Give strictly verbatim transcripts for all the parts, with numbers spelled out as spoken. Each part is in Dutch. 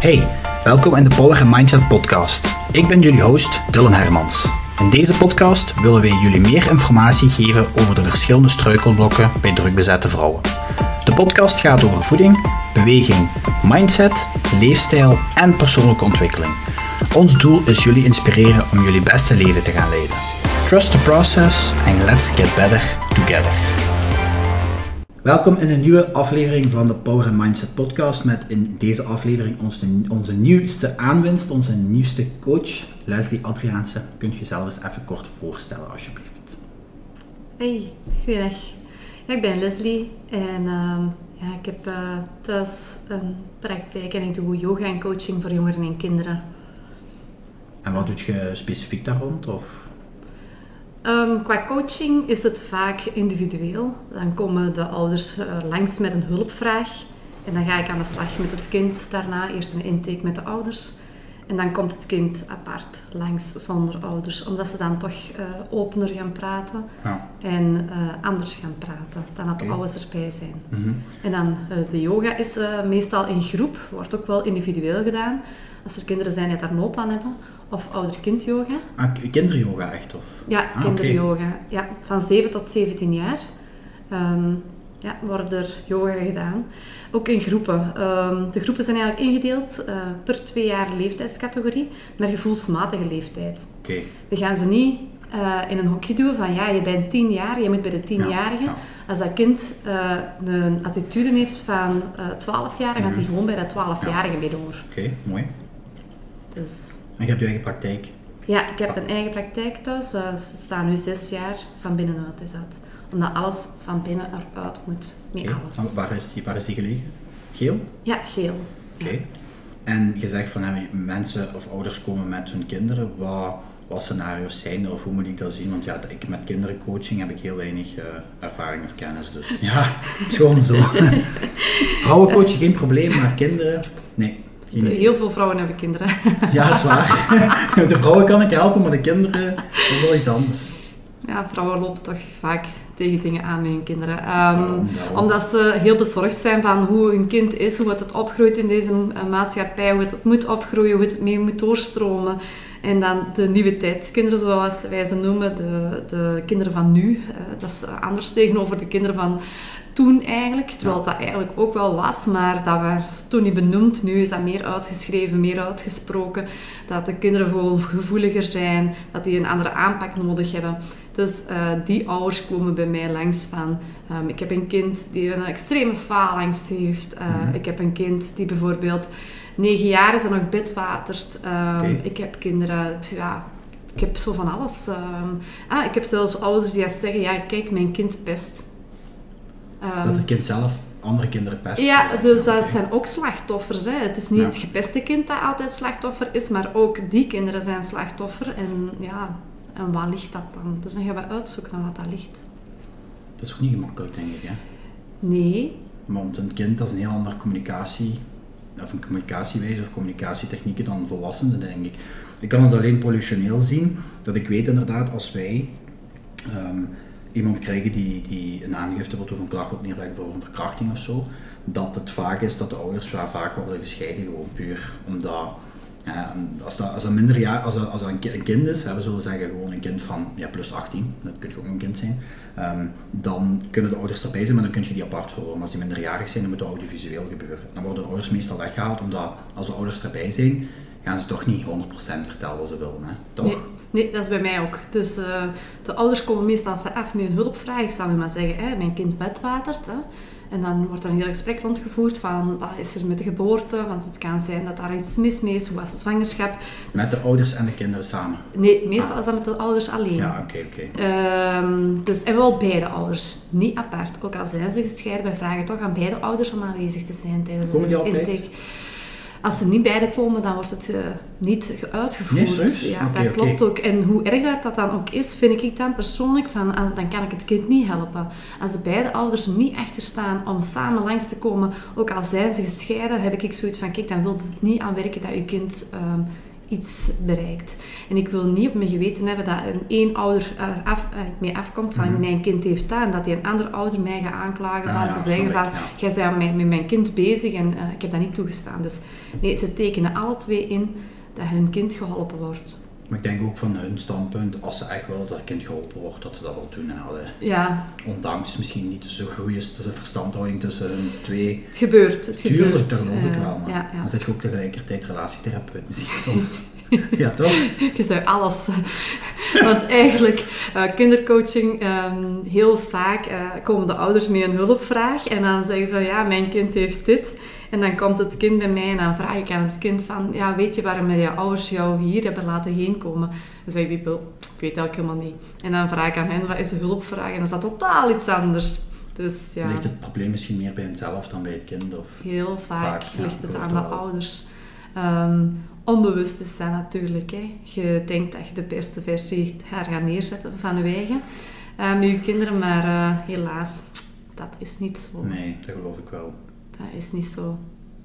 Hey, welkom in de Power and Mindset podcast. Ik ben jullie host Dylan Hermans. In deze podcast willen wij jullie meer informatie geven over de verschillende struikelblokken bij drukbezette vrouwen. De podcast gaat over voeding, beweging, mindset, leefstijl en persoonlijke ontwikkeling. Ons doel is jullie inspireren om jullie beste leven te gaan leiden. Trust the process and let's get better together. Welkom in een nieuwe aflevering van de Power and Mindset podcast met in deze aflevering onze, onze nieuwste aanwinst, onze nieuwste coach, Leslie Adriaanse. Kunt je jezelf eens even kort voorstellen alsjeblieft? Hey, goeiedag. Ja, ik ben Leslie en uh, ja, ik heb uh, thuis een praktijk en ik doe yoga en coaching voor jongeren en kinderen. En wat doe je specifiek daar rond? Of? Um, qua coaching is het vaak individueel. Dan komen de ouders uh, langs met een hulpvraag en dan ga ik aan de slag met het kind. Daarna eerst een intake met de ouders en dan komt het kind apart langs zonder ouders, omdat ze dan toch uh, opener gaan praten ja. en uh, anders gaan praten dan dat de okay. ouders erbij zijn. Mm-hmm. En dan uh, de yoga is uh, meestal in groep, wordt ook wel individueel gedaan. Als er kinderen zijn die daar nood aan hebben. Of ouder-kind-yoga. Ah, kinderyoga echt? Of? Ja, ah, kinderyoga. Okay. Ja, van zeven tot zeventien jaar um, ja, wordt er yoga gedaan. Ook in groepen. Um, de groepen zijn eigenlijk ingedeeld uh, per twee jaar leeftijdscategorie, met gevoelsmatige leeftijd. Okay. We gaan ze niet uh, in een hokje doen van ja, je bent tien jaar, je moet bij de tienjarige. Ja, ja. Als dat kind uh, een attitude heeft van uh, twaalf jaar, dan gaat hij mm-hmm. gewoon bij de twaalfjarige ja. mee door. Oké, okay, mooi. Dus... En je hebt je eigen praktijk? Ja, ik heb een eigen praktijk thuis. Uh, we staan nu zes jaar van binnenuit is dat. Omdat alles van binnen eruit moet. Niet okay. alles. En waar is die, waar is die gelegen? Geel? Ja, geel. Oké. Okay. Ja. En je zegt van hè, mensen of ouders komen met hun kinderen. Wat, wat scenario's zijn er of hoe moet ik dat zien? Want ja, ik, met kindercoaching heb ik heel weinig uh, ervaring of kennis. Dus ja, het is gewoon zo. Vrouwencoaching geen probleem, maar kinderen, nee. De, heel veel vrouwen hebben kinderen. Ja, dat is waar. De vrouwen kan ik helpen, maar de kinderen, dat is wel iets anders. Ja, vrouwen lopen toch vaak tegen dingen aan met hun kinderen. Um, ja, omdat ze heel bezorgd zijn van hoe hun kind is, hoe het, het opgroeit in deze maatschappij, hoe het, het moet opgroeien, hoe het mee moet doorstromen. En dan de nieuwe tijdskinderen, zoals wij ze noemen, de, de kinderen van nu. Uh, dat is anders tegenover de kinderen van toen eigenlijk, terwijl ja. dat eigenlijk ook wel was, maar dat was toen niet benoemd. Nu is dat meer uitgeschreven, meer uitgesproken, dat de kinderen gewoon gevoeliger zijn, dat die een andere aanpak nodig hebben. Dus uh, die ouders komen bij mij langs van, um, ik heb een kind die een extreme faalangst heeft, uh, mm-hmm. ik heb een kind die bijvoorbeeld negen jaar is en nog bedwatert, um, okay. ik heb kinderen, ja, ik heb zo van alles. Um, ah, ik heb zelfs ouders die zeggen, ja kijk, mijn kind pest. Um, dat het kind zelf andere kinderen pest. Ja, dus dat okay. zijn ook slachtoffers. Hè. Het is niet ja. het gepeste kind dat altijd slachtoffer is, maar ook die kinderen zijn slachtoffer. En ja, en wat ligt dat dan? Dus dan gaan we uitzoeken naar wat dat ligt. Dat is ook niet gemakkelijk, denk ik, hè? Nee. Want een kind, dat is een heel andere communicatie, of een communicatiewijze of communicatietechnieken dan volwassenen, denk ik. Ik kan het alleen positioneel zien, dat ik weet inderdaad, als wij... Um, iemand krijgen die, die een aangifte wordt of een klacht wordt neerleggen voor een verkrachting of zo, dat het vaak is dat de ouders wel vaak worden gescheiden, gewoon puur omdat, ja, als dat, als dat minder jaar, als dat, als dat een kind is, hè, we zullen zeggen gewoon een kind van ja, plus achttien, dat kun je ook een kind zijn, um, dan kunnen de ouders erbij zijn, maar dan kun je die apart verhoren. Als die minderjarig zijn, dan moet het audiovisueel gebeuren. Dan worden de ouders meestal weggehaald, omdat als de ouders erbij zijn, gaan ze toch niet honderd procent vertellen wat ze willen, hè? Toch? Nee. Nee, dat is bij mij ook. Dus uh, de ouders komen meestal af met een hulpvraag. Ik zal nu maar zeggen, hè, mijn kind bedwatert. Hè. En dan wordt er een heel gesprek rondgevoerd van, wat is er met de geboorte? Want het kan zijn dat daar iets mis mee is. Hoe was de zwangerschap? Dus, met de ouders en de kinderen samen? Nee, meestal ah. is dat met de ouders alleen. Ja, oké, okay, oké. Okay. Um, dus, en wel beide ouders. Niet apart. Ook al zijn ze gescheiden, wij vragen toch aan beide ouders om aanwezig te zijn tijdens Komen die de altijd? intake. Als ze niet beide komen, dan wordt het uh, niet uitgevoerd. Nee, ja, okay, dat klopt okay. ook. En hoe erg dat, dat dan ook is, vind ik dan persoonlijk van, uh, dan kan ik het kind niet helpen. Als de beide ouders niet achter staan om samen langs te komen, ook al zijn ze gescheiden, heb ik zoiets van, kijk, dan wil het niet aan werken dat je kind um, iets bereikt. En ik wil niet op mijn geweten hebben dat een één ouder er af, uh, mee afkomt van mm-hmm. mijn kind heeft dat en dat die een andere ouder mij gaat aanklagen ja, van ja, te zeggen van ja. jij bent met, met mijn kind bezig en uh, ik heb dat niet toegestaan. Dus nee, ze tekenen alle twee in dat hun kind geholpen wordt. Maar ik denk ook van hun standpunt, als ze echt willen dat het kind geholpen wordt, dat ze dat wel doen. Hè. Ja. Ondanks misschien niet zo groei is, tussen verstandhouding tussen hun twee. Het gebeurt, het Tuurlijk, gebeurt. dat geloof ik wel. Maar ja, ja. dan zit je ook tegelijkertijd relatietherapeut misschien soms. Ja, toch? Je zou alles. Want eigenlijk, uh, kindercoaching, um, heel vaak uh, komen de ouders met een hulpvraag en dan zeggen ze, ja, mijn kind heeft dit. En dan komt het kind bij mij en dan vraag ik aan het kind van, ja, weet je waarom je ouders jou hier hebben laten heen komen? Dan zeg ik, ik weet eigenlijk helemaal niet. En dan vraag ik aan hen, wat is de hulpvraag? En dan is dat totaal iets anders. Dus, ja. Ligt het probleem misschien meer bij hunzelf dan bij het kind? Of? Heel vaak, vaak ligt ja, het aan de wel. ouders. Um, onbewust is dat natuurlijk. Hè. Je denkt dat je de beste versie haar gaat neerzetten van je eigen uh, met je kinderen, maar uh, helaas, dat is niet zo. Nee, dat geloof ik wel. Dat is niet zo.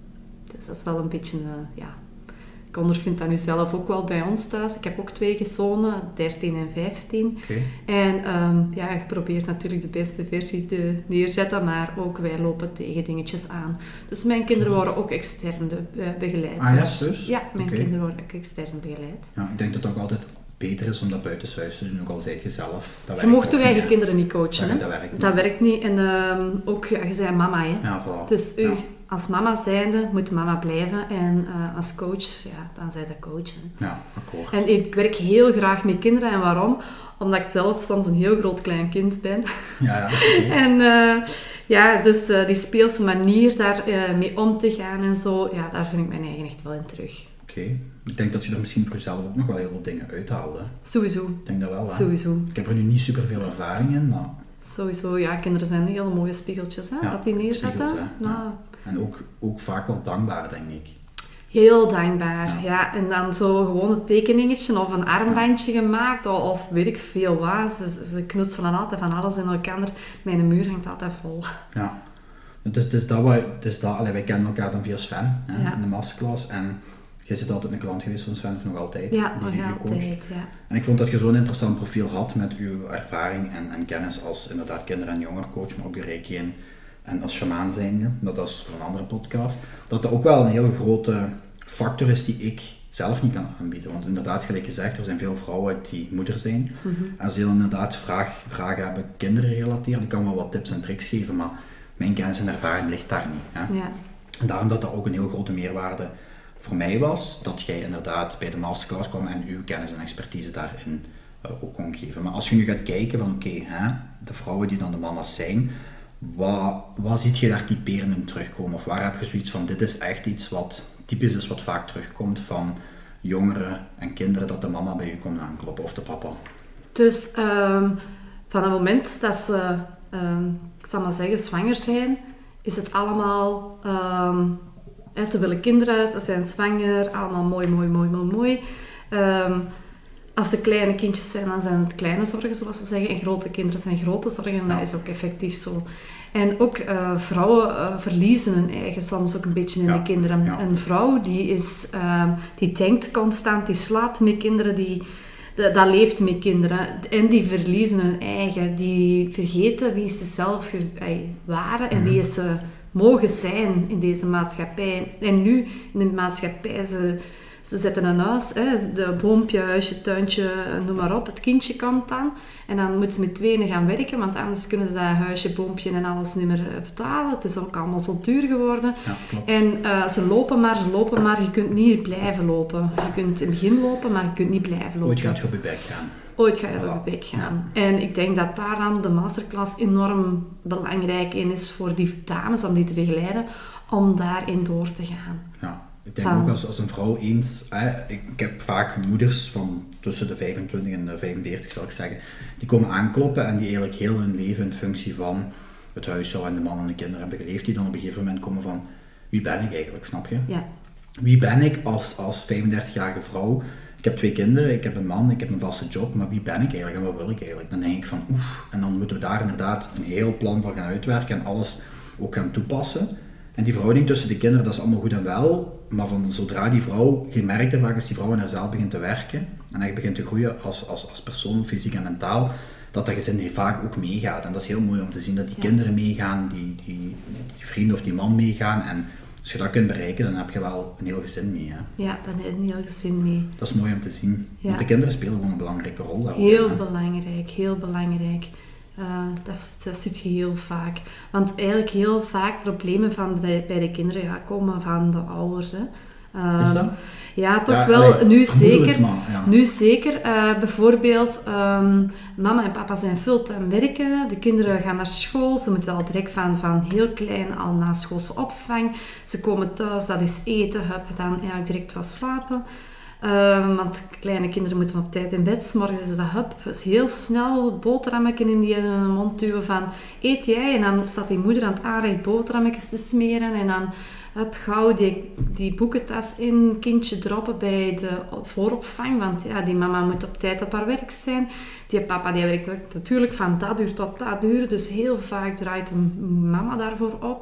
Dus dat is wel een beetje, uh, ja... Ik ondervind dat nu zelf ook wel bij ons thuis. Ik heb ook twee zonen, dertien en vijftien. Okay. En um, ja, je probeert natuurlijk de beste versie te neerzetten, maar ook wij lopen tegen dingetjes aan. Dus mijn kinderen worden ook extern de, uh, begeleid. Ah ja, dus? Ja, mijn okay. kinderen worden ook extern begeleid. Ja, ik denk dat het ook altijd beter is om dat buitenshuis te doen, ook al zijt je zelf. Dat je mocht je eigen kinderen niet coachen. Dat, dat werkt niet. Dat werkt niet. En um, ook, ja, je bent mama, hè. Ja, voilà. Dus u... Ja. Als mama zijnde moet mama blijven en uh, als coach, ja, dan zij de coach. Hè. Ja, akkoord. En ik werk heel graag met kinderen. En waarom? Omdat ik zelf soms een heel groot klein kind ben. Ja, ja. Okay. En uh, ja, dus uh, die speelse manier daar uh, mee om te gaan en zo, ja, daar vind ik mijn eigen echt wel in terug. Oké. Okay. Ik denk dat je er misschien voor jezelf ook nog wel heel veel dingen uithaalde. Sowieso. Ik denk dat wel, hè? Sowieso. Ik heb er nu niet super veel ervaring in, maar... Sowieso, ja, kinderen zijn hele mooie spiegeltjes, hè, ja, wat die neerzetten. spiegels, hè. Nou, ja. En ook, ook vaak wel dankbaar, denk ik. Heel dankbaar, ja. ja. En dan zo gewoon een tekeningetje of een armbandje ja. gemaakt, of, of weet ik veel wat. Ze, ze knutselen altijd van alles in elkaar. Mijn muur hangt altijd vol. Ja. Het is, het is dat, wij, het is dat allee, wij kennen elkaar dan via Sven, hè, ja. in de masterclass. En jij zit altijd een klant geweest van Sven, of nog altijd? Ja, die nog altijd, ja. En ik vond dat je zo'n interessant profiel had met uw ervaring en, en kennis als inderdaad kinder- en jongerencoach, maar ook de reiki en, en als shamaan zijnde. Dat is voor een andere podcast. Dat dat ook wel een heel grote factor is die ik zelf niet kan aanbieden. Want inderdaad, gelijk gezegd, er zijn veel vrouwen die moeder zijn. Mm-hmm. En ze inderdaad vraag, vragen hebben, kinderen gerelateerd. Ik kan wel wat tips en tricks geven, maar mijn kennis en ervaring ligt daar niet. Hè? Ja. En daarom dat dat ook een heel grote meerwaarde voor mij was, dat jij inderdaad bij de masterclass kwam en uw kennis en expertise daarin uh, ook kon geven. Maar als je nu gaat kijken van oké, okay, de vrouwen die dan de mama's zijn, wat, wat ziet je daar typerend in terugkomen? Of waar heb je zoiets van, dit is echt iets wat typisch is, wat vaak terugkomt van jongeren en kinderen, dat de mama bij je komt aankloppen, of de papa? Dus um, van het moment dat ze, um, ik zal maar zeggen, zwanger zijn, is het allemaal... Um, Ze willen kinderen, ze zijn zwanger, allemaal mooi, mooi, mooi, mooi, mooi. Um, als ze kleine kindjes zijn, dan zijn het kleine zorgen, zoals ze zeggen. En grote kinderen zijn grote zorgen, en dat is ook effectief zo. En ook uh, vrouwen uh, verliezen hun eigen soms ook een beetje in ja. de kinderen. Ja. Een vrouw die, is, uh, die denkt constant, die slaapt met kinderen, die, de, dat leeft met kinderen. En die verliezen hun eigen, die vergeten wie ze zelf ge- waren en wie ze... mogen zijn in deze maatschappij. En nu, in de maatschappij, ze, ze zetten een huis, hè, de boompje, huisje, tuintje, noem maar op, het kindje komt dan. En dan moeten ze met tweeën gaan werken, want anders kunnen ze dat huisje, boompje en alles niet meer betalen. Het is ook allemaal zo duur geworden. Ja, klopt. En uh, ze lopen maar, ze lopen maar, je kunt niet blijven lopen. Je kunt in het begin lopen, maar je kunt niet blijven lopen. Ooit gaat je op je bek gaan. Ooit ga je voilà. op je bek gaan. Ja. En ik denk dat daaraan de masterclass enorm belangrijk in is voor die dames, om die te begeleiden, om daarin door te gaan. Ja, ik denk van, ook als, als een vrouw eens... Hè, ik, ik heb vaak moeders van tussen de vijfentwintig en de vijfenveertig, zal ik zeggen, die komen aankloppen en die eigenlijk heel hun leven in functie van het huishouden en de man en de kinderen hebben geleefd, die dan op een gegeven moment komen van, wie ben ik eigenlijk, snap je? Ja. Wie ben ik als, als vijfendertigjarige vrouw? Ik heb twee kinderen, ik heb een man, ik heb een vaste job, maar wie ben ik eigenlijk en wat wil ik eigenlijk? Dan denk ik van oef, en dan moeten we daar inderdaad een heel plan van gaan uitwerken en alles ook gaan toepassen. En die verhouding tussen de kinderen, dat is allemaal goed en wel, maar van zodra die vrouw, je merkt er vaak als die vrouw aan haarzelf begint te werken en echt begint te groeien als, als, als persoon, fysiek en mentaal, dat dat gezin vaak ook meegaat. En dat is heel mooi om te zien dat die ja. kinderen meegaan, die, die, die vrienden of die man meegaan. En als je dat kunt bereiken, dan heb je wel een heel gezin mee. Hè? Ja, dan is een heel gezin mee. Dat is mooi om te zien. Ja. Want de kinderen spelen gewoon een belangrijke rol daarop. Heel hè? belangrijk, heel belangrijk. Uh, dat, dat zit je heel vaak. Want eigenlijk heel vaak problemen van de, bij de kinderen ja, komen van de ouders. Hè. Uh, is dat? Ja, toch ja, wel. allee, nu zeker. Man, ja. Nu zeker. Uh, bijvoorbeeld, um, mama en papa zijn fulltime werken. De kinderen gaan naar school. Ze moeten al direct van, van heel klein al na schoolse opvang. Ze komen thuis, dat is eten. Hup, dan eigenlijk direct wat slapen. Uh, want kleine kinderen moeten op tijd in bed. 's Morgens is dat hup, is heel snel boterhammetjes in die in hun mond duwen van eet jij? En dan staat die moeder aan het aanrecht boterhammetjes te smeren. En dan hup, gauw die, die boekentas in, kindje droppen bij de vooropvang. Want ja, die mama moet op tijd op haar werk zijn. Die papa die werkt natuurlijk van dat uur tot dat uur. Dus heel vaak draait een mama daarvoor op.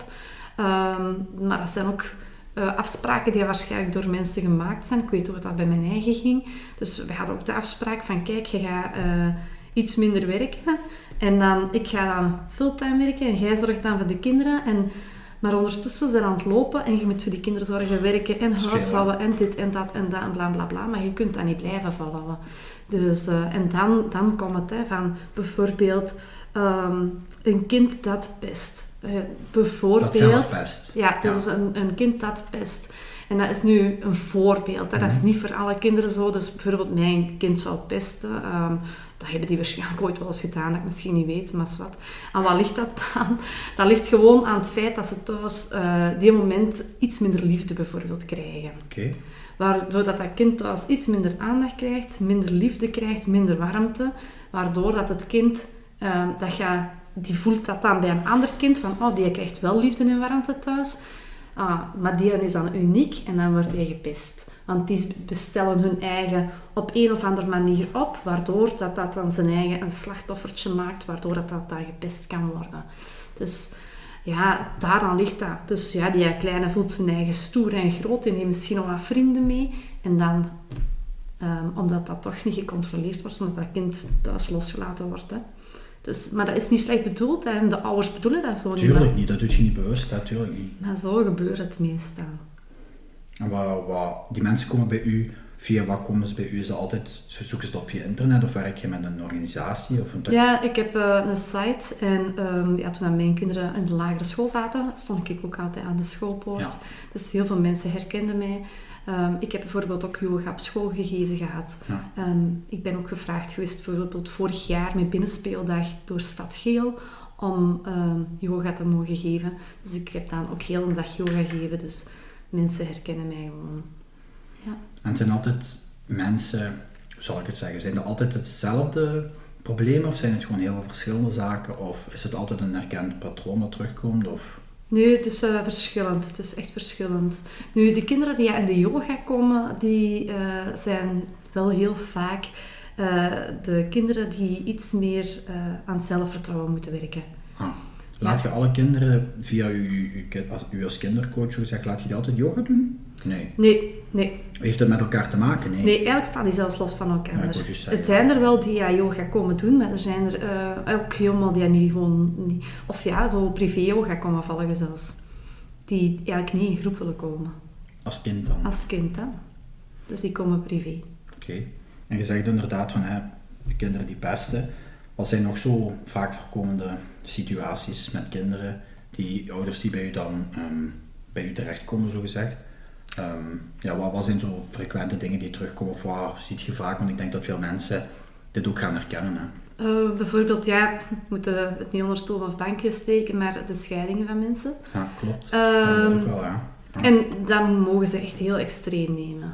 Um, maar dat zijn ook... Uh, afspraken die waarschijnlijk door mensen gemaakt zijn. Ik weet hoe dat bij mijn eigen ging. Dus we hadden ook de afspraak van, kijk, je gaat uh, iets minder werken. En dan, ik ga dan fulltime werken en jij zorgt dan voor de kinderen. En, maar ondertussen zijn aan het lopen en je moet voor die kinderen zorgen, werken en huishouden en dit en dat en dat en bla bla bla. Maar je kunt dat niet blijven volhouden. Dus, uh, en dan, dan komt het hè, van bijvoorbeeld um, een kind dat pest. Uh, bijvoorbeeld, dat zelf pest. Ja, dus ja. Een, een kind dat pest. En dat is nu een voorbeeld. Hè. Dat is niet voor alle kinderen zo. Dus bijvoorbeeld mijn kind zou pesten. Um, dat hebben die waarschijnlijk ooit wel eens gedaan, dat ik misschien niet weet, maar wat. En wat ligt dat aan? Dat ligt gewoon aan het feit dat ze thuis uh, die moment iets minder liefde bijvoorbeeld krijgen. Okay. Waardoor dat, dat kind thuis iets minder aandacht krijgt, minder liefde krijgt, minder warmte. Waardoor dat het kind, uh, dat gaat... Die voelt dat dan bij een ander kind, van oh, die krijgt wel liefde en warmte thuis. Ah, maar die is dan uniek en dan wordt hij gepest. Want die bestellen hun eigen op een of andere manier op, waardoor dat, dat dan zijn eigen een slachtoffertje maakt, waardoor dat, dat dan gepest kan worden. Dus ja, daaraan ligt dat. Dus ja, die kleine voelt zijn eigen stoer en groot en heeft misschien nog wat vrienden mee. En dan, um, omdat dat toch niet gecontroleerd wordt, omdat dat kind thuis losgelaten wordt, hè. Dus, maar dat is niet slecht bedoeld hè? En de ouders bedoelen dat zo niet. Tuurlijk niet, dat doe je niet bewust, natuurlijk niet. Maar zo gebeurt het meestal. En wat, wat, die mensen komen bij u, via wat komen ze bij u? Is dat altijd, zoeken ze dat op via internet of werk je met een organisatie? Of een ja, ik heb uh, een site en um, ja, toen mijn kinderen in de lagere school zaten, stond ik ook altijd aan de schoolpoort. Ja. Dus heel veel mensen herkenden mij. Um, ik heb bijvoorbeeld ook yoga op school gegeven gehad. Ja. Um, ik ben ook gevraagd geweest, bijvoorbeeld vorig jaar met binnenspeeldag door Stad Geel, om um, yoga te mogen geven. Dus ik heb dan ook heel een dag yoga gegeven, dus mensen herkennen mij gewoon. Ja. En het zijn altijd mensen, hoe zal ik het zeggen, zijn er altijd hetzelfde problemen of zijn het gewoon heel verschillende zaken? Of is het altijd een herkend patroon dat terugkomt? Of... Nee, het is uh, verschillend. Het is echt verschillend. Nu, de kinderen die in de yoga komen, die uh, zijn wel heel vaak uh, de kinderen die iets meer uh, aan zelfvertrouwen moeten werken. Ah. Laat je alle kinderen via u, u, als, u als kindercoach gezegd, laat je die altijd yoga doen? Nee. Nee, nee. Heeft het met elkaar te maken? Nee, nee eigenlijk staan die zelfs los van elkaar. Ja, er zijn er wel die ja, yoga komen doen, maar er zijn er uh, ook helemaal die niet gewoon... Niet, of ja, zo privé-yoga komen volgen zelfs. Die eigenlijk niet in groep willen komen. Als kind dan? Als kind, hè. Dus die komen privé. Oké. Okay. En je zegt inderdaad van, hè, de kinderen die pesten. Wat zijn nog zo vaak voorkomende situaties met kinderen, die ouders die bij u dan um, bij u terechtkomen, zo gezegd? Um, ja, wat, wat zijn zo frequente dingen die terugkomen of wat ziet je vaak? Want ik denk dat veel mensen dit ook gaan herkennen. Hè? Uh, bijvoorbeeld, ja, we moeten het niet onder stoel of bankje steken, maar de scheidingen van mensen. Ja, klopt. Um, ja, dat is ook wel, ja. Ja. En dat mogen ze echt heel extreem nemen.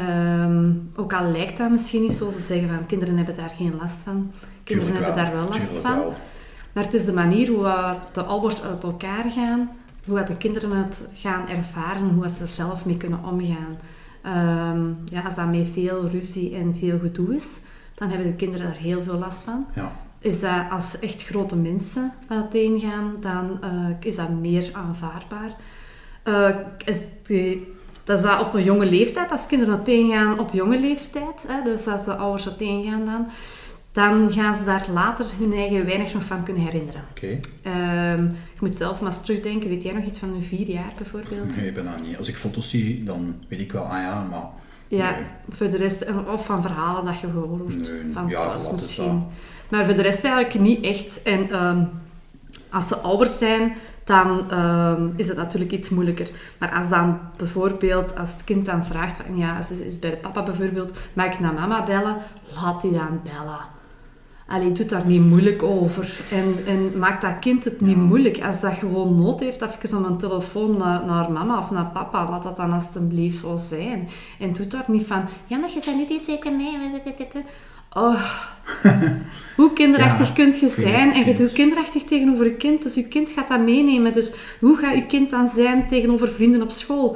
Um, ook al lijkt dat misschien niet zo, ze zeggen van kinderen hebben daar geen last van. Kinderen Tuurlijk hebben wel. daar wel last Tuurlijk van. Wel. Maar het is de manier hoe de ouders uit elkaar gaan, hoe de kinderen het gaan ervaren, hoe ze er zelf mee kunnen omgaan. Um, ja, als dat met veel ruzie en veel gedoe is, dan hebben de kinderen daar heel veel last van. Ja. Is dat als echt grote mensen uiteen gaan, dan uh, is dat meer aanvaardbaar. uh, is die, dat is dat op een jonge leeftijd, als kinderen uiteen gaan op jonge leeftijd, hè, dus als de ouders uiteen gaan dan, dan gaan ze daar later hun eigen weinig nog van kunnen herinneren. Okay. Um, je moet zelf maar eens terugdenken, weet jij nog iets van hun vier jaar bijvoorbeeld? Nee, bijna niet. Als ik foto's zie, dan weet ik wel, ah ja, maar... Ja, nee. Voor de rest, of van verhalen dat je gehoord hebt, nee, van ja, thuis misschien. Maar voor de rest eigenlijk niet echt. En um, als ze ouders zijn, dan um, is het natuurlijk iets moeilijker. Maar als dan bijvoorbeeld, als het kind dan vraagt, van, ja, ze is bij de papa bijvoorbeeld, mag ik naar mama bellen? Laat die dan bellen. Allee, doe daar niet moeilijk over. En, en maak dat kind het niet moeilijk. Als dat gewoon nood heeft, even om een telefoon naar, naar mama of naar papa, laat dat dan alsjeblieft zo zijn. En doe daar niet van, ja, maar je bent niet eens week bij mij. Oh, hoe kinderachtig ja, kun je zijn? En je doet kinderachtig tegenover je kind, dus je kind gaat dat meenemen. Dus hoe gaat je kind dan zijn tegenover vrienden op school?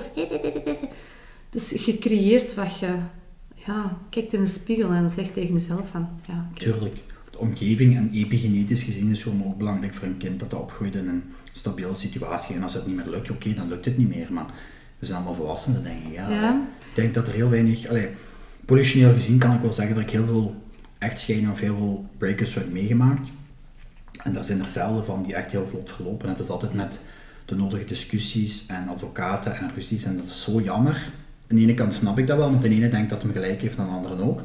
Dus je creëert wat je... Ja, kijkt in een spiegel en zegt tegen jezelf van... Ja, okay. Tuurlijk. De omgeving en epigenetisch gezien is gewoon ook belangrijk voor een kind dat dat opgroeit in een stabiele situatie. En als het niet meer lukt, oké, okay, dan lukt het niet meer. Maar we zijn allemaal volwassenen, denk ik. Ja. Ja. Ik denk dat er heel weinig... Allee, politioneel gezien kan ik wel zeggen dat ik heel veel echtscheidingen of heel veel break-ups heb meegemaakt. En daar zijn er zelden van die echt heel vlot verlopen. En het is altijd met de nodige discussies en advocaten en ruzies. En dat is zo jammer. Aan de ene kant snap ik dat wel, want de ene denkt dat hem gelijk heeft en de andere ook.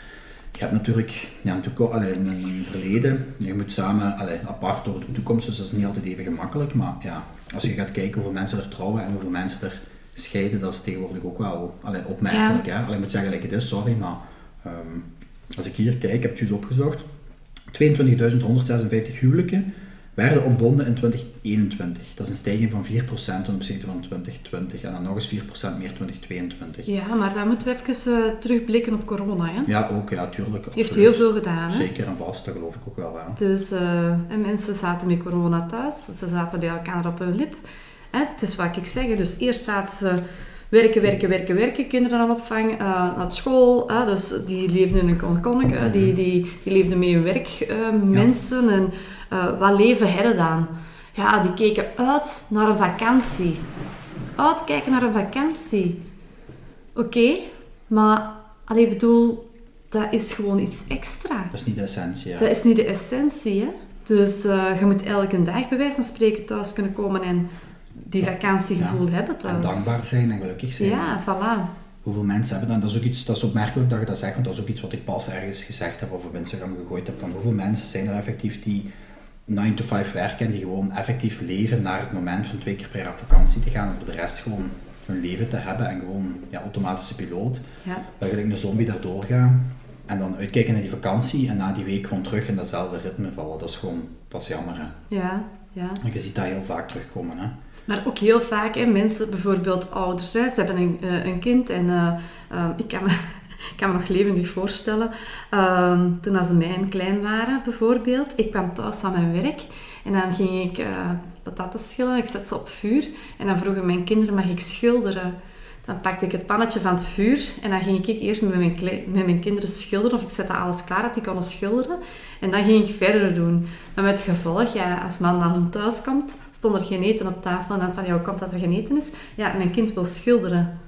Je hebt natuurlijk ja, een, toeko- allee, een, een verleden, je moet samen allee, apart over de toekomst, dus dat is niet altijd even gemakkelijk. Maar ja, als je gaat kijken hoeveel mensen er trouwen en hoeveel mensen er scheiden, dat is tegenwoordig ook wel allee, opmerkelijk. Ja. Hè? Allee, ik moet zeggen, like het is, sorry, maar um, als ik hier kijk, ik heb het juist opgezocht, tweeëntwintigduizend honderdzesenvijftig huwelijken werden ontbonden in twintig eenentwintig. Dat is een stijging van vier procent ten opzichte van twintig twintig en dan nog eens vier procent meer twintig tweeëntwintig. Ja, maar dan moeten we even uh, terugblikken op corona. Hè? Ja, ook, ja, tuurlijk. Heeft heel veel gedaan. Hè? Zeker en vast, dat geloof ik ook wel. Ja. Dus uh, en mensen zaten met corona thuis, ze zaten bij elkaar op hun lip. Hè? Het is wat ik zeg, dus eerst zaten ze werken, werken, werken, werken, kinderen aan opvang, uh, naar school, uh, dus die leefden in een konkonneke, uh, die, die, die leefden met hun werk, uh, mensen ja. en uh, wat leven hadden dan? Ja, die keken uit naar een vakantie. Uitkijken naar een vakantie. Oké, okay, maar ik bedoel, dat is gewoon iets extra. Dat is niet de essentie, ja. Dat is niet de essentie, hè. Dus uh, je moet elke dag bij wijze van spreken thuis kunnen komen en die vakantiegevoel ja. hebben thuis. En dankbaar zijn en gelukkig zijn. Ja, voilà. Hoeveel mensen hebben dat? Dat is ook iets, dat is opmerkelijk dat je dat zegt, want dat is ook iets wat ik pas ergens gezegd heb of op Instagram gegooid heb, van hoeveel mensen zijn er effectief die nine to five werken en die gewoon effectief leven naar het moment van twee keer per jaar op vakantie te gaan en voor de rest gewoon hun leven te hebben en gewoon ja, automatische piloot. Ja. Dat je een zombie daardoor gaat en dan uitkijken naar die vakantie en na die week gewoon terug in datzelfde ritme vallen. Dat is gewoon, dat is jammer, hè. Ja, ja. En je ziet dat heel vaak terugkomen, hè. Maar ook heel vaak, hè, mensen, bijvoorbeeld ouders, hè, ze hebben een, uh, een kind en uh, uh, ik, kan me, ik kan me nog levendig voorstellen, uh, toen als ze mij klein waren bijvoorbeeld, ik kwam thuis van mijn werk en dan ging ik uh, pataten schillen, ik zet ze op vuur en dan vroegen mijn kinderen, mag ik schilderen? Dan pakte ik het pannetje van het vuur en dan ging ik eerst met mijn, kle- met mijn kinderen schilderen of ik zette alles klaar dat die konden schilderen en dan ging ik verder doen. Maar met gevolg, ja, als man dan thuis komt, stond er geen eten op tafel en dan van, ja, hoe komt dat er geen eten is? Ja, mijn kind wil schilderen.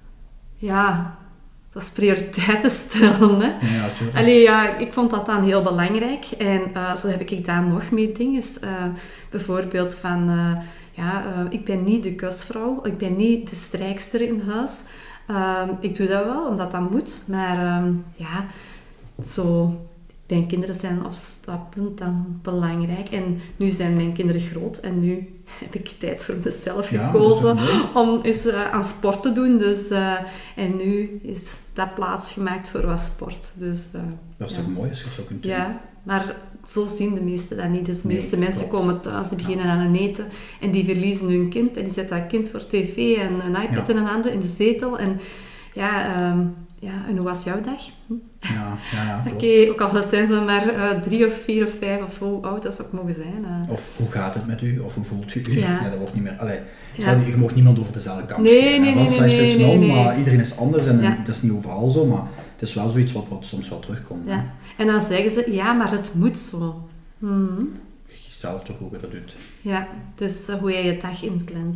Ja, dat is prioriteiten stellen, hè. Ja, tuurlijk. Allee, ja, ik vond dat dan heel belangrijk en uh, zo heb ik daar nog mee dingen. Uh, bijvoorbeeld van... Uh, Ja, uh, ik ben niet de kusvrouw, ik ben niet de strijkster in huis. Uh, ik doe dat wel, omdat dat moet. Maar um, ja, zo, mijn kinderen zijn op dat punt dan belangrijk. En nu zijn mijn kinderen groot en nu heb ik tijd voor mezelf ja, gekozen om eens uh, aan sport te doen. Dus, uh, en nu is dat plaats gemaakt voor wat sport. Dus, uh, dat is ja. toch mooi als je het zo kunt doen? Ja, maar zo zien de meesten dat niet. Dus de nee, meeste mensen klopt. komen thuis, die beginnen ja. aan hun eten en die verliezen hun kind en die zetten dat kind voor tv en een iPad ja. in een handen in de zetel. En ja, um, ja, en hoe was jouw dag? Hm? Ja, ja, ja Oké, okay, ook al zijn ze maar uh, drie of vier of vijf of hoe oud dat zou ook mogen zijn. Uh. Of hoe gaat het met u? Of hoe voelt u u? Ja, ja dat wordt niet meer... Allee, ja. je mag niemand over dezelfde kant nee, scheren. Nee, nee, want nee, nee, nee, nee. Maar iedereen is anders en ja. dat is niet overal zo, maar het is wel zoiets wat, wat soms wel terugkomt. Ja. En dan zeggen ze, ja, maar het moet zo. Hmm. Je kiest zelf toch hoe je dat doet. Ja, dus uh, hoe jij je dag inplant.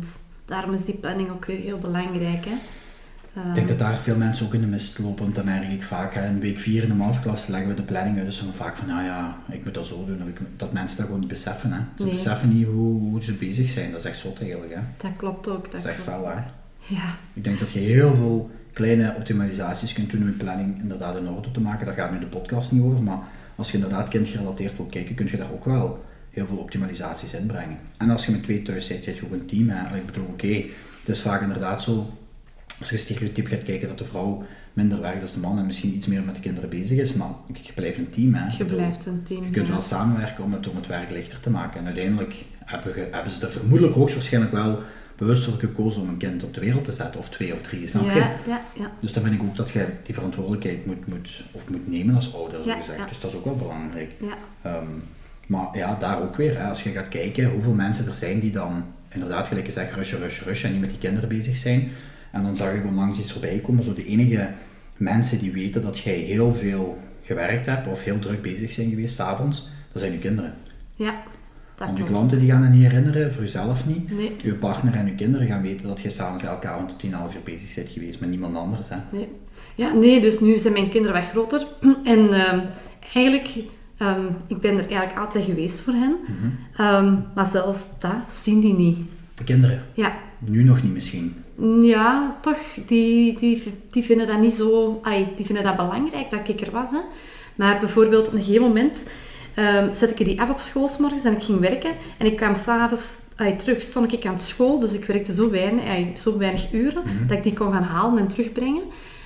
daarom is die planning ook weer heel belangrijk. Hè. Uh, ik denk dat daar veel mensen ook in de mist lopen, want dat merk ik vaak. Hè. In week vier in de masterclass leggen we de planning uit, dus dan vaak van, nou ja, ik moet dat zo doen. Of ik, dat mensen dat gewoon niet beseffen. Hè. Ze nee. beseffen niet hoe, hoe ze bezig zijn, dat is echt zot eigenlijk. Hè. Dat klopt ook. Dat, dat is echt fel, hè. Ja. Ik denk dat je heel veel kleine optimalisaties kunt doen om je planning inderdaad in orde te maken. Daar gaat nu de podcast niet over, maar als je inderdaad kindgerelateerd wilt kijken, kun je daar ook wel heel veel optimalisaties inbrengen. En als je met twee thuis zit, zit je ook een team. Hè. Ik bedoel, oké, okay, het is vaak inderdaad zo, als je stereotyp gaat kijken, dat de vrouw minder werkt dan de man en misschien iets meer met de kinderen bezig is, maar je blijft een team. Hè. Je bedoel, blijft een team. Je kunt ja. wel samenwerken om het, om het werk lichter te maken. En uiteindelijk hebben, ge, hebben ze er vermoedelijk hoogstwaarschijnlijk wel bewust voor gekozen om een kind op de wereld te zetten, of twee of drie, snap je? Ja, ja, ja. Dus dan vind ik ook dat je die verantwoordelijkheid moet, moet, of moet nemen als ouder, zo ja, gezegd. Ja. Dus dat is ook wel belangrijk. Ja. Um, maar ja, daar ook weer, hè, als je gaat kijken hoeveel mensen er zijn die dan inderdaad, gelijk gezegd, rushen, rushen, rushen en niet met die kinderen bezig zijn. En dan zag ik onlangs iets voorbij komen, zo de enige mensen die weten dat jij heel veel gewerkt hebt of heel druk bezig zijn geweest, 's avonds, dat zijn je kinderen. Ja. Want je klanten die gaan dat niet herinneren, voor jezelf niet. Nee. Je partner en je kinderen gaan weten dat je s'avonds elke avond tot tien, half uur bezig bent geweest met niemand anders. Hè. Nee. Ja, nee, dus nu zijn mijn kinderen wat groter. En um, eigenlijk, um, ik ben er eigenlijk altijd geweest voor hen. Mm-hmm. Um, maar zelfs dat zien die niet. De kinderen? Ja. Nu nog niet misschien? Ja, toch. Die, die, die vinden dat niet zo... Ay, die vinden dat belangrijk dat ik er was. Hè. Maar bijvoorbeeld op een gegeven moment... Um, zette ik die af op school 's morgens en ik ging werken. En ik kwam s'avonds terug, stond ik aan school. Dus ik werkte zo weinig, ay, zo weinig uren, mm-hmm. dat ik die kon gaan halen en terugbrengen.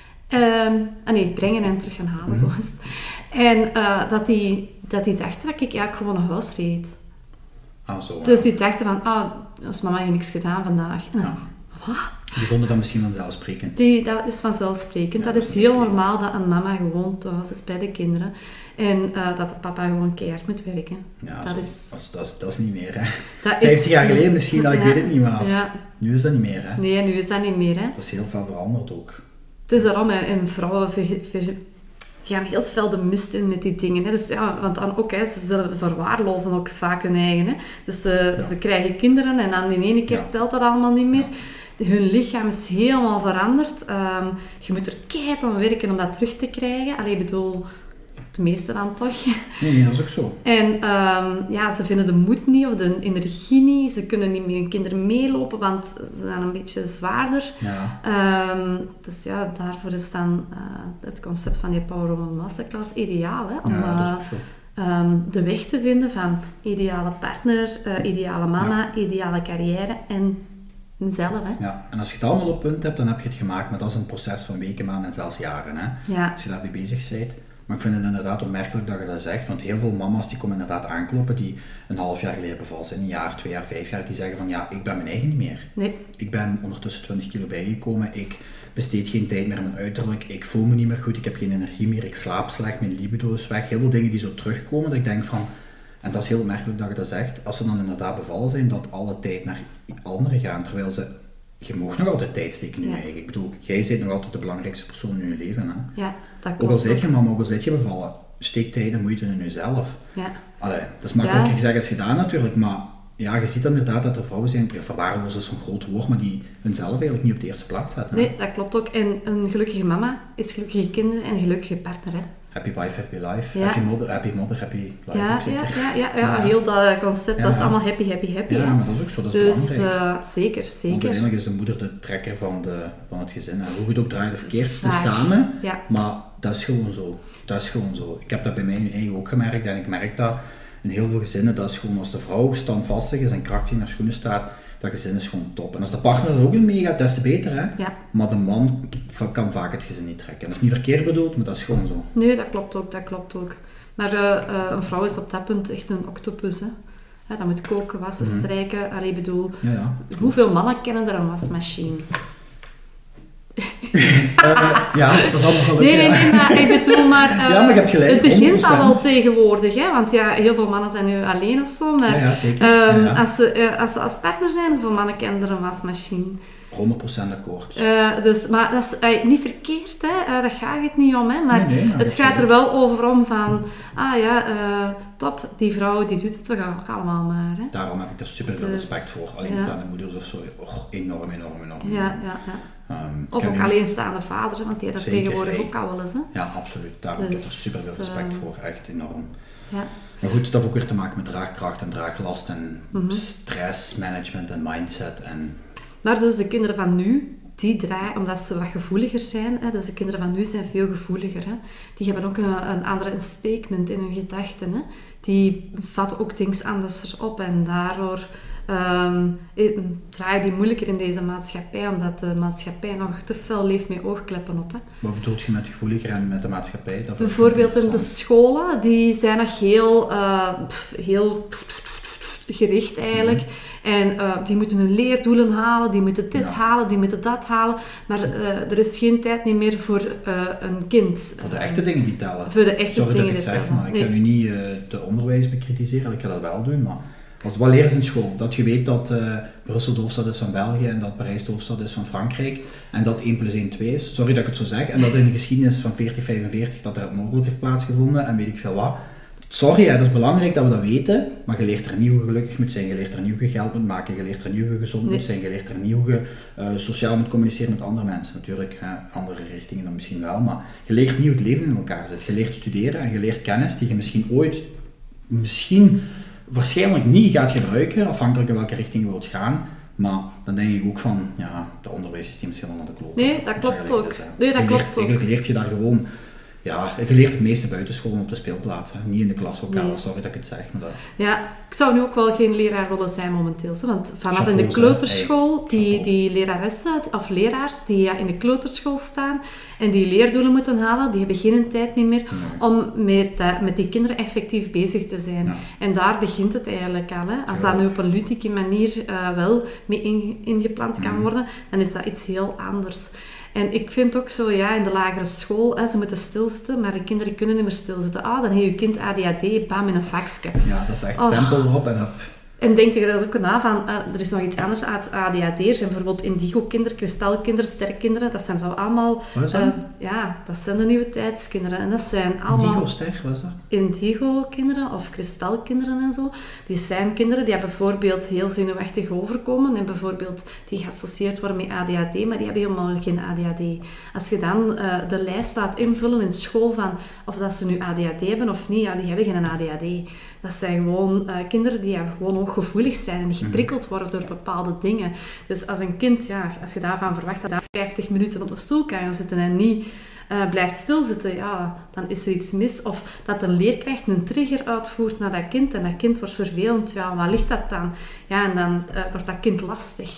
Um, ah nee, brengen en terug gaan halen, mm-hmm. zo is het. En uh, dat, die, dat die dachten dat ik eigenlijk gewoon een huis reed. Ah, zo. Dus die dachten van, ah, als mama heeft niks gedaan vandaag. En ja. Wat? Die vonden dat misschien vanzelfsprekend. Die, dat is vanzelfsprekend. Ja, dat, dat is heel normaal dat een mama gewoon thuis is bij de kinderen. En uh, dat de papa gewoon keihard moet werken. Ja, dat, zo, is... dat, is, dat, is, dat is niet meer, hè. Vijftig jaar geleden misschien, dat, ja. ik weet het niet, maar ja. nu is dat niet meer, hè. Nee, nu is dat niet meer, hè. Dat is heel veel veranderd ook. Het is daarom, hè. En vrouwen ver, ver, die gaan heel veel de mist in met die dingen, hè. Dus ja, want dan ook, hè, ze zullen verwaarlozen ook vaak hun eigen, hè. Dus ze, ja. ze krijgen kinderen en dan in één keer ja. telt dat allemaal niet meer. Ja. Hun lichaam is helemaal veranderd. Um, je moet er keihard aan werken om dat terug te krijgen. Allee, ik bedoel... De meeste dan toch. Nee, nee, dat is ook zo. En um, ja, ze vinden de moed niet of de energie niet. Ze kunnen niet met hun kinderen meelopen, want ze zijn een beetje zwaarder. Ja. Um, dus ja, daarvoor is dan uh, het concept van die Power Woman Masterclass ideaal. Hè, om ja, dat is ook zo. Uh, um, de weg te vinden van ideale partner, uh, ideale mama, ja. ideale carrière en zelf. Hè. Ja, en als je het allemaal op punt hebt, dan heb je het gemaakt. Maar dat is een proces van weken, maanden en zelfs jaren. Hè. Ja. Als je daarmee bezig bent. Maar ik vind het inderdaad opmerkelijk dat je dat zegt, want heel veel mama's die komen inderdaad aankloppen die een half jaar geleden bevallen zijn, een jaar, twee jaar, vijf jaar, die zeggen van ja, ik ben mijn eigen niet meer. Nee. Ik ben ondertussen twintig kilo bijgekomen, ik besteed geen tijd meer aan mijn uiterlijk, ik voel me niet meer goed, ik heb geen energie meer, ik slaap slecht, mijn libido is weg. Heel veel dingen die zo terugkomen, dat ik denk van, en dat is heel opmerkelijk dat je dat zegt, als ze dan inderdaad bevallen zijn, dat alle tijd naar anderen gaan, terwijl ze... Je mag nog altijd tijd steken in je ja. eigen. Ik bedoel, jij bent nog altijd de belangrijkste persoon in je leven. Hè? Ja, dat klopt. Ook al zijt je mama, ook al zijt je bevallen, steek tijd en moeite in jezelf. Ja. Allee, dat is makkelijker ja. gezegd als gedaan natuurlijk, maar ja, je ziet inderdaad dat er vrouwen zijn, ja, verwaarlozen is zo'n groot woord, maar die hunzelf eigenlijk niet op de eerste plaats zetten. Hè? Nee, dat klopt ook. En een gelukkige mama is gelukkige kinderen en een gelukkige partner. Hè? Happy wife, happy life. Ja. Happy mother, happy mother, happy life. Ja, ook zeker. Ja, ja, ja, ja, heel dat concept, ja, dat is ja. allemaal happy, happy, happy. Ja, hè? maar dat is ook zo, dat is dus, belangrijk. Uh, zeker, zeker. Want uiteindelijk is de moeder de trekker van, de, van het gezin. En hoe goed ook draait of verkeerd, het is samen, ja. maar dat is gewoon zo. Dat is gewoon zo. Ik heb dat bij mij eigen ook gemerkt en ik merk dat in heel veel gezinnen, dat is gewoon als de vrouw standvastig is en krachtig in haar schoenen staat, dat gezin is gewoon top. En als de partner er ook in meegaat, des te beter, hè? Ja. Maar de man kan vaak het gezin niet trekken. Dat is niet verkeerd bedoeld, maar dat is gewoon zo. Nee, dat klopt ook, dat klopt ook. Maar uh, uh, een vrouw is op dat punt echt een octopus, hè. Ja, dat moet koken, wassen, mm-hmm. strijken. Allee, bedoel, ja, ja. hoeveel mannen kennen er een wasmachine? uh, ja, dat is allemaal gelukkig. Nee, nee, nee, maar ik bedoel maar... Uh, ja, maar je hebt gelijk, het begint honderd procent. al wel tegenwoordig, hè. Want ja, heel veel mannen zijn nu alleen of zo, maar... Ja, ja zeker. Um, ja, ja. Als, ze, uh, als ze als partner zijn, hoeveel mannen kennen er een wasmachine? honderd procent akkoord. Uh, dus, maar dat is uh, niet verkeerd, hè? Uh, daar gaat het niet om. Hè? Maar nee, nee, het gaat er wel over om van, ah ja, uh, top, die vrouw die doet het toch ook allemaal maar. Hè? Daarom heb ik daar super veel dus, respect voor. Alleenstaande ja. moeders of zo, oh, enorm, enorm, enorm. Ja, ja, ja. Um, of ook nu... alleenstaande vaders, want die hebben dat tegenwoordig ook al wel eens. Hè? Ja, absoluut. Daarom dus, heb ik er super veel respect uh, voor, echt enorm. Ja. Maar goed, dat heeft ook weer te maken met draagkracht en draaglast en mm-hmm. stressmanagement en mindset. En... Maar dus de kinderen van nu, die draaien, omdat ze wat gevoeliger zijn, hè, dus de kinderen van nu zijn veel gevoeliger. Hè. Die hebben ook een, een andere een statement in hun gedachten. Hè. Die vatten ook dingen anders op en daardoor um, draaien die moeilijker in deze maatschappij, omdat de maatschappij nog te fel leeft met oogkleppen op. Hè. Wat bedoelt je met gevoeliger en met de maatschappij? Dat bijvoorbeeld in de scholen, die zijn nog heel, uh, pff, heel gericht eigenlijk. Mm-hmm. En uh, die moeten hun leerdoelen halen, die moeten dit ja. halen, die moeten dat halen. Maar uh, er is geen tijd niet meer voor uh, een kind. Voor de echte dingen die tellen. Voor de echte Sorry dingen dat ik het zeg, tellen. maar ik nee. ga nu niet uh, de onderwijs bekritiseren, ik ga dat wel doen. Maar als, wat leren ze in school? Dat je weet dat uh, Brussel de hoofdstad is van België en dat Parijs de hoofdstad is van Frankrijk. En dat één plus één twee is. Sorry dat ik het zo zeg. En dat in de geschiedenis van veertien vijfenveertig dat er het ongeluk heeft plaatsgevonden en weet ik veel wat. Sorry, hè, dat is belangrijk dat we dat weten, maar je leert er niet hoe je gelukkig moet zijn, je leert er niet hoe je geld moet maken, je leert er niet hoe je gezond nee. moet zijn, je leert er niet hoe je uh, sociaal moet communiceren met andere mensen. Natuurlijk, hè, andere richtingen dan misschien wel, maar je leert niet hoe het leven in elkaar zit. Je leert studeren en je leert kennis die je misschien ooit, misschien, waarschijnlijk niet gaat gebruiken, afhankelijk in welke richting je wilt gaan. Maar dan denk ik ook van, ja, het onderwijssysteem is helemaal naar de kloot. Nee, dat klopt ook. Dus, nee, dat je klopt leert, ook. Eigenlijk leert je daar gewoon... Ja, je leert het meeste buitenschool op de speelplaats, hè. Niet in de klaslokaal, nee. Sorry dat ik het zeg. Maar dat... Ja, ik zou nu ook wel geen leraar willen zijn momenteel. Want vanaf Chapeau, in de kleuterschool, die, die leraressen of leraars die ja, in de kleuterschool staan en die leerdoelen moeten halen, die hebben geen tijd meer nee. om met, uh, met die kinderen effectief bezig te zijn. Ja. En daar begint het eigenlijk al. Hè. Als ja. dat nu op een ludieke manier uh, wel mee in, ingeplant kan mm. worden, dan is dat iets heel anders. En ik vind ook zo, ja, in de lagere school, hè, ze moeten stilzitten, maar de kinderen kunnen niet meer stilzitten. Ah, dan heeft je kind A D H D, bam, in een faxje. Ja, dat is echt stempel oh. erop en op. En denk je daar ook na van, uh, er is nog iets anders als A D H D'ers. En bijvoorbeeld indigo-kinderen, kristalkinderen, sterkinderen, dat zijn zo allemaal... Wat is dat? Uh, ja, dat zijn de nieuwe tijdskinderen. En dat zijn allemaal... Indigo-ster, wat is dat? Indigo-kinderen of kristalkinderen en zo. Die zijn kinderen die bijvoorbeeld heel zenuwachtig overkomen en bijvoorbeeld die geassocieerd worden met A D H D, maar die hebben helemaal geen A D H D. Als je dan uh, de lijst laat invullen in school van of dat ze nu A D H D hebben of niet, ja, die hebben geen A D H D. Dat zijn gewoon uh, kinderen die ja, gewoon ook gevoelig zijn en geprikkeld worden door bepaalde dingen. Dus als een kind, ja, als je daarvan verwacht dat hij vijftig minuten op de stoel kan gaan zitten en niet uh, blijft stilzitten, ja, dan is er iets mis. Of dat een leerkracht een trigger uitvoert naar dat kind en dat kind wordt vervelend. Ja, waar ligt dat dan? Ja, en dan uh, wordt dat kind lastig.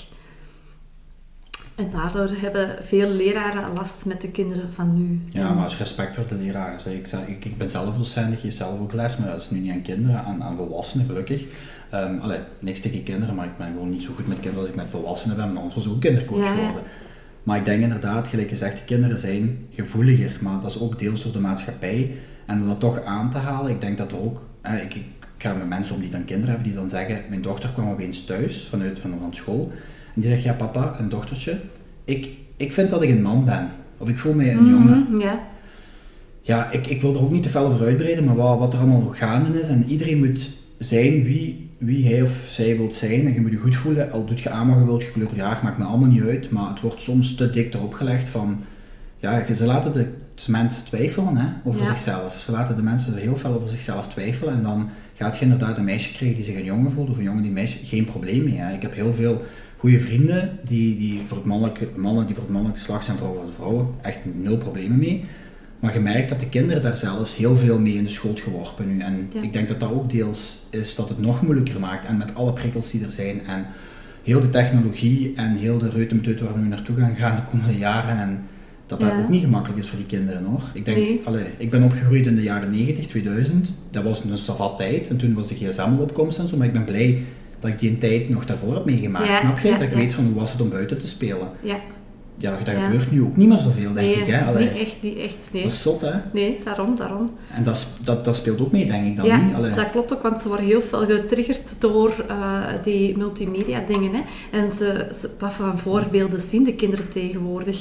En daardoor hebben veel leraren last met de kinderen van nu. Ja, maar als respect voor de leraren. Zeg, ik, ik, ik ben zelf docent, ik geef zelf ook les, maar dat is nu niet aan kinderen, aan, aan volwassenen, gelukkig. Um, allee, niks tegen kinderen, maar ik ben gewoon niet zo goed met kinderen als ik met volwassenen ben, maar anders was ik ook kindercoach ja, geworden. Ja. Maar ik denk inderdaad, gelijk gezegd, de kinderen zijn gevoeliger, maar dat is ook deels door de maatschappij. En om dat toch aan te halen, ik denk dat er ook... Eh, ik, ik ga met mensen om die dan kinderen hebben, die dan zeggen, mijn dochter kwam opeens thuis, vanuit van, van school, en die zegt, ja papa, een dochtertje, ik, ik vind dat ik een man ben. Of ik voel mij een mm-hmm, jongen. Yeah. Ja, ik, ik wil er ook niet te veel over uitbreiden, maar wat, wat er allemaal gaande is. En iedereen moet zijn wie, wie hij of zij wilt zijn. En je moet je goed voelen. Al doet je aan wat je wilt, je gekleurd haar, maakt me allemaal niet uit. Maar het wordt soms te dik erop gelegd van... Ja, ze laten de mensen twijfelen hè, over ja. zichzelf. Ze laten de mensen heel veel over zichzelf twijfelen. En dan gaat je inderdaad een meisje krijgen die zich een jongen voelt. Of een jongen die een meisje... Geen probleem mee. Hè. Ik heb heel veel... goede vrienden die, die voor het mannelijke, mannen die voor het mannelijke geslacht zijn, vrouwen voor de vrouwen, echt nul problemen mee. Maar je merkt dat de kinderen daar zelfs heel veel mee in de schoot geworpen nu. En ja. ik denk dat dat ook deels is dat het nog moeilijker maakt. En met alle prikkels die er zijn en heel de technologie en heel de reutemeteut waar we nu naartoe gaan gaan de komende jaren. En dat dat ja. ook niet gemakkelijk is voor die kinderen hoor. Ik denk, nee. allee, ik ben opgegroeid in de jaren negentig, tweeduizend. Dat was een savat tijd en toen was de gsm op opkomst en zo. Maar ik ben blij dat ik die een tijd nog daarvoor heb meegemaakt, ja, snap je? Ja, dat ik ja. weet van hoe was het om buiten te spelen. Ja. ja, dat ja. gebeurt nu ook niet meer zoveel, denk nee, ik. Hè? Allee, niet echt, niet echt, nee. Dat is zot, hè? Nee, daarom, daarom. En dat, dat, dat speelt ook mee, denk ik dan ja, niet? Ja, dat klopt ook, want ze worden heel veel getriggerd door uh, die multimedia dingen. Hè. En ze, ze, wat voor voorbeelden zien de kinderen tegenwoordig?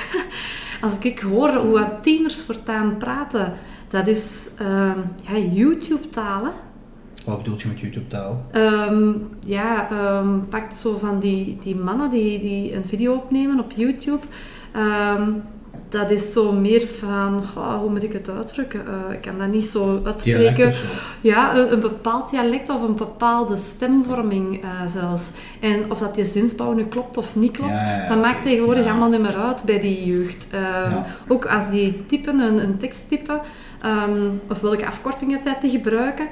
Als ik hoor hoe wat tieners voortaan praten, dat is uh, ja, YouTube-taal. Wat bedoel je met YouTube-taal? Um, ja, um, pakt zo van die, die mannen die, die een video opnemen op YouTube. Um, dat is zo meer van, oh, hoe moet ik het uitdrukken? Uh, ik kan dat niet zo uitspreken. Zo. Ja, een, een bepaald dialect of een bepaalde stemvorming uh, zelfs. En of dat die zinsbouw nu klopt of niet klopt, ja, ja, ja, dat maakt tegenwoordig ja. allemaal niet meer uit bij die jeugd. Um, ja. Ook als die typen, een, een tekst typen, um, of welke afkortingen dat die gebruiken,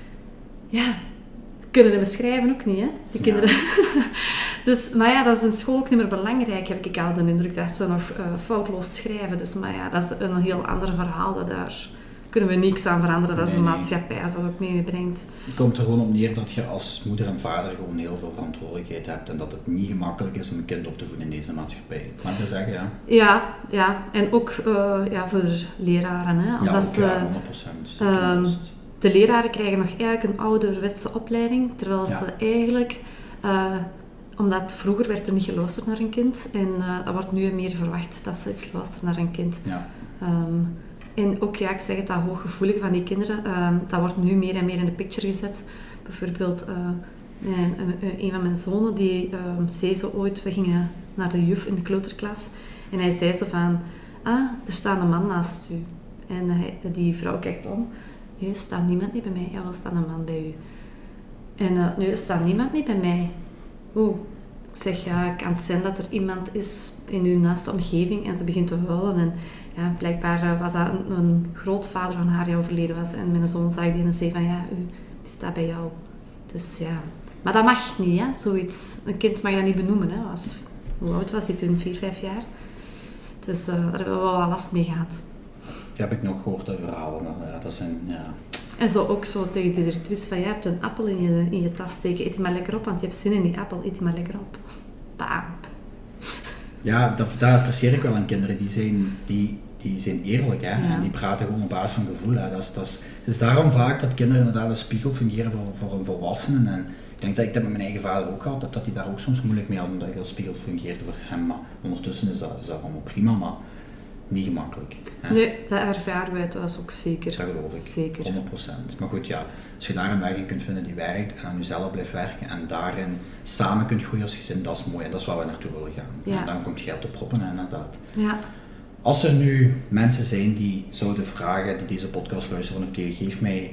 ja, kunnen we beschrijven ook niet, hè, die kinderen. Ja. Dus, maar ja, dat is in school ook niet meer belangrijk, heb ik al de indruk, dat ze nog uh, foutloos schrijven. Dus, maar ja, dat is een heel ander verhaal, dat daar kunnen we niks aan veranderen. Dat is nee, de nee. maatschappij dat ook meebrengt. Het komt er gewoon op neer dat je als moeder en vader gewoon heel veel verantwoordelijkheid hebt en dat het niet gemakkelijk is om een kind op te voeden in deze maatschappij. Mag ik dat zeggen, ja? Ja, ja. En ook uh, ja, voor de leraren. Hè, omdat ja, ook, ze, ja, honderd procent. Um, de leraren krijgen nog eigenlijk een ouderwetse opleiding, terwijl ja. ze eigenlijk... Uh, omdat vroeger werd er niet geluisterd naar een kind en uh, dat wordt nu meer verwacht dat ze eens luisteren naar een kind. Ja. Um, en ook, ja, ik zeg het, dat hooggevoelige van die kinderen, um, dat wordt nu meer en meer in de picture gezet. Bijvoorbeeld, uh, mijn, uh, een van mijn zonen, die um, zei zo ooit, we gingen naar de juf in de kleuterklas en hij zei zo van, ah, er staat een man naast u. En hij, die vrouw kijkt om, nee, er staat niemand niet bij mij. Ja, wel staat een man bij u. En uh, nee, er staat niemand niet bij mij. Oeh, ik zeg, ja, kan het zijn dat er iemand is in uw naaste omgeving en ze begint te huilen. En ja, blijkbaar uh, was dat een, een grootvader van haar die overleden was. En mijn zoon zag die en zei van, ja, u, die staat bij jou. Dus ja, maar dat mag niet, hè, zoiets. Een kind mag dat niet benoemen, hè. Was, hoe oud was hij toen? Vier, vijf jaar. Dus uh, daar hebben we wel wat last mee gehad. Dat heb ik nog gehoord, dat verhaal. Ja, dat zijn, ja... En zo ook zo tegen de directrice van, je hebt een appel in je, in je tas steken, eet die maar lekker op, want je hebt zin in die appel, eet die maar lekker op. Bam. Ja, dat, dat apprecieer ik wel aan kinderen. Die zijn, die, die zijn eerlijk, hè? Ja. En die praten gewoon op basis van gevoel. Hè? Dat is, dat is, het is daarom vaak dat kinderen inderdaad een spiegel fungeren voor, voor een volwassene. En ik denk dat ik dat met mijn eigen vader ook had, dat hij daar ook soms moeilijk mee had, omdat ik als spiegel fungeerde voor hem. Maar ondertussen is dat, is dat allemaal prima, maar niet gemakkelijk. Hè? Nee, dat ervaren wij thuis ook zeker. Dat geloof ik, zeker. honderd procent. Maar goed, ja, als je daar een weg in kunt vinden die werkt en aan jezelf blijft werken en daarin samen kunt groeien als gezin, dat is mooi en dat is waar we naartoe willen gaan. Ja. En dan komt geld te proppen, hè, inderdaad. Ja. Als er nu mensen zijn die zouden vragen, die deze podcast luisteren, van oké, okay, geef mij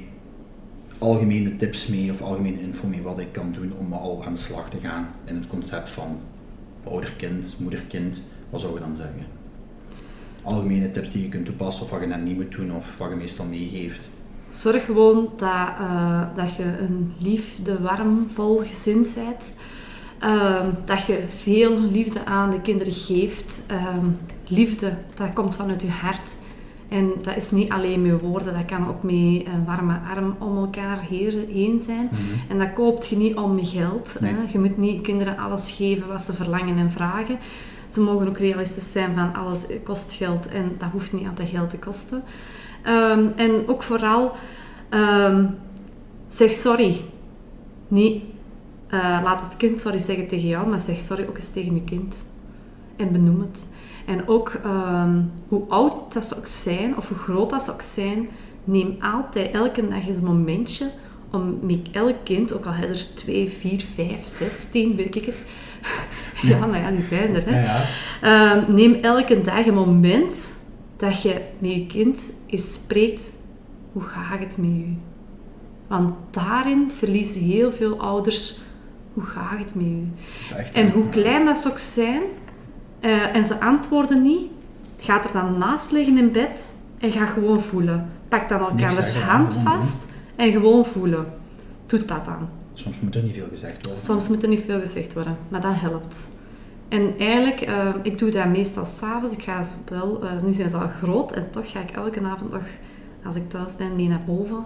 algemene tips mee of algemene info mee wat ik kan doen om al aan de slag te gaan in het concept van ouder-kind, moeder-kind, wat zou je dan zeggen? Algemene tips die je kunt toepassen of wat je net niet moet doen of wat je meestal meegeeft? Zorg gewoon dat, uh, dat je een liefde, warm, vol gezin bent. Uh, dat je veel liefde aan de kinderen geeft. Uh, liefde, dat komt vanuit je hart. En dat is niet alleen met woorden, dat kan ook met een warme arm om elkaar heen zijn. Mm-hmm. En dat koopt je niet om met geld. Nee. Hè. Je moet niet kinderen alles geven wat ze verlangen en vragen. Ze mogen ook realistisch zijn van alles kost geld en dat hoeft niet altijd geld te kosten. Um, en ook vooral, um, zeg sorry. Niet uh, laat het kind sorry zeggen tegen jou, maar zeg sorry ook eens tegen je kind. En benoem het. En ook um, hoe oud dat ze ook zijn, of hoe groot dat ze ook zijn, neem altijd elke dag eens een momentje om met elk kind, ook al heb je er twee, vier, vijf, zes, tien, weet ik het. Ja, nou ja, die zijn er. Hè. Ja, ja. Uh, neem elke dag een moment dat je met je kind eens spreekt, hoe gaat het met je? Want daarin verliezen heel veel ouders, hoe gaat het met je? En hoe klein dat ze ook zijn, uh, en ze antwoorden niet, gaat er dan naast liggen in bed en ga gewoon voelen. Pak dan elkaars hand vast en gewoon voelen. Doe dat dan. Soms moet er niet veel gezegd worden. Soms moet er niet veel gezegd worden, maar dat helpt. En eigenlijk, uh, ik doe dat meestal 's avonds. Ik ga wel, uh, nu zijn ze al groot en toch ga ik elke avond nog, als ik thuis ben, mee naar boven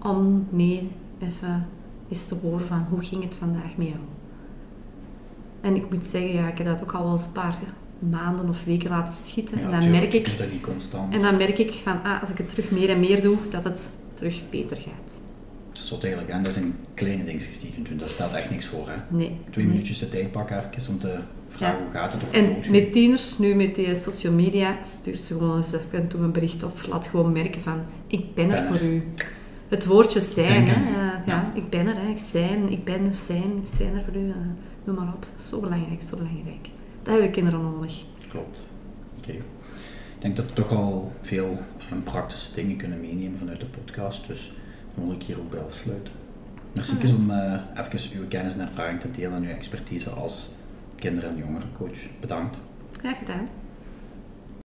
om mee even eens te horen van hoe ging het vandaag met jou. En ik moet zeggen, ja, ik heb dat ook al wel eens een paar maanden of weken laten schieten. Ja, en dan tuurlijk, merk ik, je kunt dat niet constant. En dan merk ik van, ah, als ik het terug meer en meer doe, dat het terug beter gaat. Dat is zot eigenlijk, hè? Dat zijn kleine dingetjes die je kunt doen. Daar stelt echt niks voor. Hè? Nee. Twee nee. minuutjes de tijd pakken even om te vragen Ja. hoe gaat het of En je. met tieners, nu met die social media, stuur ze gewoon eens even toe een bericht of laat gewoon merken van, ik ben er Ben er. voor u. Het woordje zijn, Denk hè. aan u. Uh, ja. Ja. ik ben er, hè. ik zijn, ik ben, zijn, ik zijn er voor u. Uh, noem maar op. Zo belangrijk, zo belangrijk. Dat hebben kinderen nodig. Klopt. Oké. Okay. Ik denk dat we toch al veel um, praktische dingen kunnen meenemen vanuit de podcast, dus dan wil ik hier ook bij afsluiten. Merci Alright. om uh, even uw kennis en ervaring te delen en uw expertise als kinder- en jongerencoach. Bedankt. Graag gedaan.